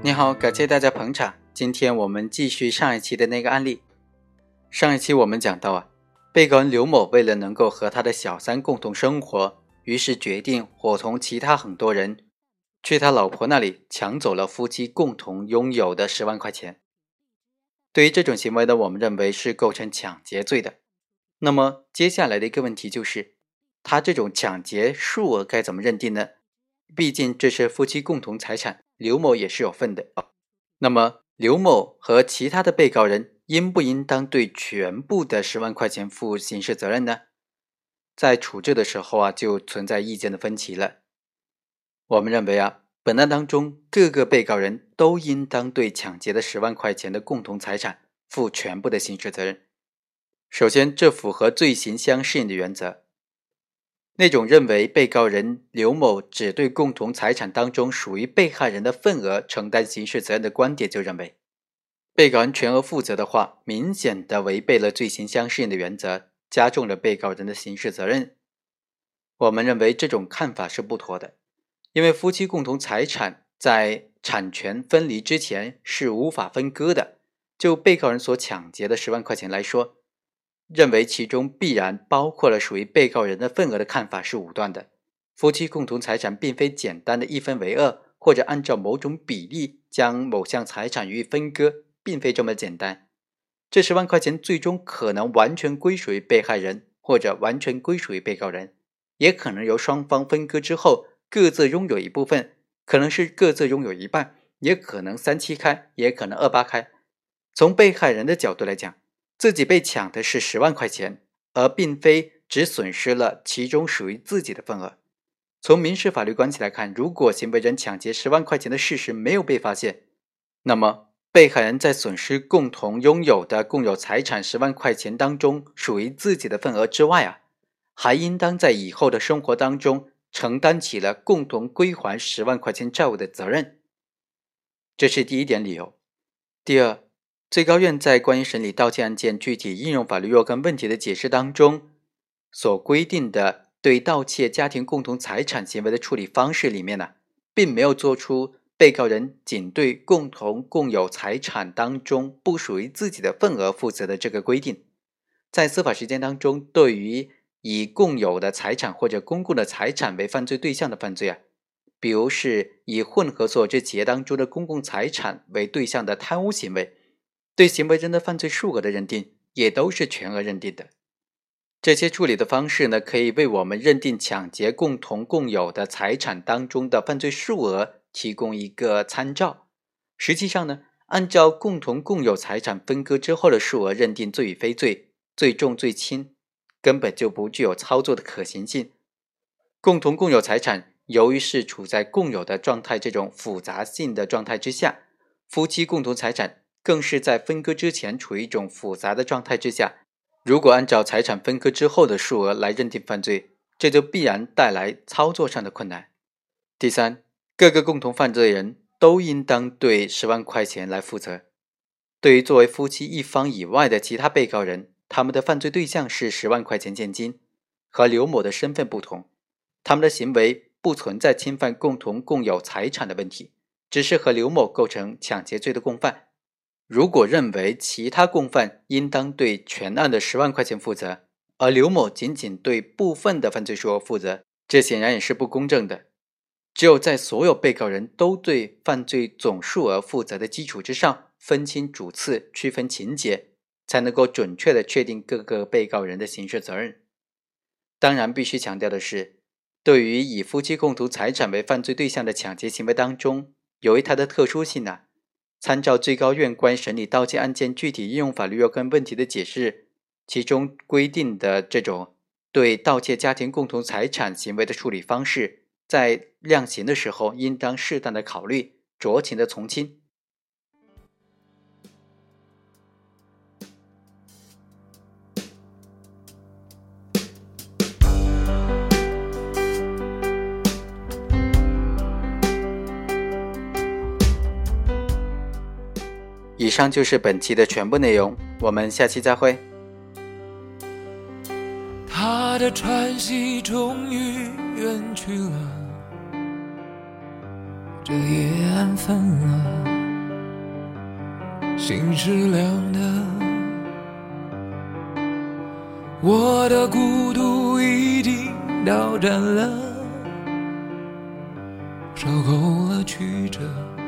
你好，感谢大家捧场。今天我们继续上一期的那个案例。上一期我们讲到被告人刘某为了能够和他的小三共同生活，于是决定伙同其他很多人去他老婆那里抢走了夫妻共同拥有的10万块钱。对于这种行为呢，我们认为是构成抢劫罪的。那么接下来的一个问题就是，他这种抢劫数额该怎么认定呢？毕竟这是夫妻共同财产，刘某也是有份的。那么刘某和其他的被告人应不应当对全部的10万块钱负刑事责任呢？在处置的时候就存在意见的分歧了。我们认为本案当中各个被告人都应当对抢劫的10万块钱的共同财产负全部的刑事责任。首先，这符合罪刑相适应的原则。那种认为被告人刘某只对共同财产当中属于被害人的份额承担刑事责任的观点，就认为被告人全额负责的话，明显的违背了罪刑相适应的原则，加重了被告人的刑事责任。我们认为这种看法是不妥的，因为夫妻共同财产在产权分离之前是无法分割的。就被告人所抢劫的10万块钱来说，认为其中必然包括了属于被告人的份额的看法是武断的。夫妻共同财产并非简单的一分为二，或者按照某种比例将某项财产予以分割，并非这么简单。这10万块钱最终可能完全归属于被害人，或者完全归属于被告人，也可能由双方分割之后各自拥有一部分，可能是各自拥有一半，也可能3-7开，也可能2-8开。从被害人的角度来讲，自己被抢的是10万块钱，而并非只损失了其中属于自己的份额。从民事法律关系来看，如果行为人抢劫10万块钱的事实没有被发现，那么被害人在损失共同拥有的共有财产10万块钱当中属于自己的份额之外还应当在以后的生活当中承担起了共同归还10万块钱债务的责任。这是第一点理由。第二，最高院在关于审理盗窃案件具体应用法律若干问题的解释当中所规定的对盗窃家庭共同财产行为的处理方式里面并没有做出被告人仅对共同共有财产当中不属于自己的份额负责的这个规定。在司法实践当中，对于以共有的财产或者公共的财产为犯罪对象的犯罪比如是以混合所有制企业当中的公共财产为对象的贪污行为，对行为人的犯罪数额的认定也都是全额认定的。这些处理的方式可以为我们认定抢劫共同共有的财产当中的犯罪数额提供一个参照。实际上按照共同共有财产分割之后的数额认定罪与非罪，罪重罪轻，根本就不具有操作的可行性。共同共有财产由于是处在共有的状态这种复杂性的状态之下，夫妻共同财产更是在分割之前处于一种复杂的状态之下，如果按照财产分割之后的数额来认定犯罪，这就必然带来操作上的困难。第三，各个共同犯罪人都应当对10万块钱来负责。对于作为夫妻一方以外的其他被告人，他们的犯罪对象是10万块钱现金，和刘某的身份不同，他们的行为不存在侵犯共同共有财产的问题，只是和刘某构成抢劫罪的共犯。如果认为其他共犯应当对全案的10万块钱负责，而刘某仅仅对部分的犯罪数额负责，这显然也是不公正的。只有在所有被告人都对犯罪总数额负责的基础之上，分清主次，区分情节，才能够准确地确定各个被告人的刑事责任。当然必须强调的是，对于以夫妻共同财产为犯罪对象的抢劫行为当中，由于它的特殊性参照最高院关于审理盗窃案件具体应用法律若干问题的解释，其中规定的这种对盗窃家庭共同财产行为的处理方式，在量刑的时候应当适当的考虑，酌情的从轻。以上就是本期的全部内容，我们下期再会。 他的喘息终于远去了，这夜安分了。 心是凉的，我的孤独已经到站了，受够了曲折。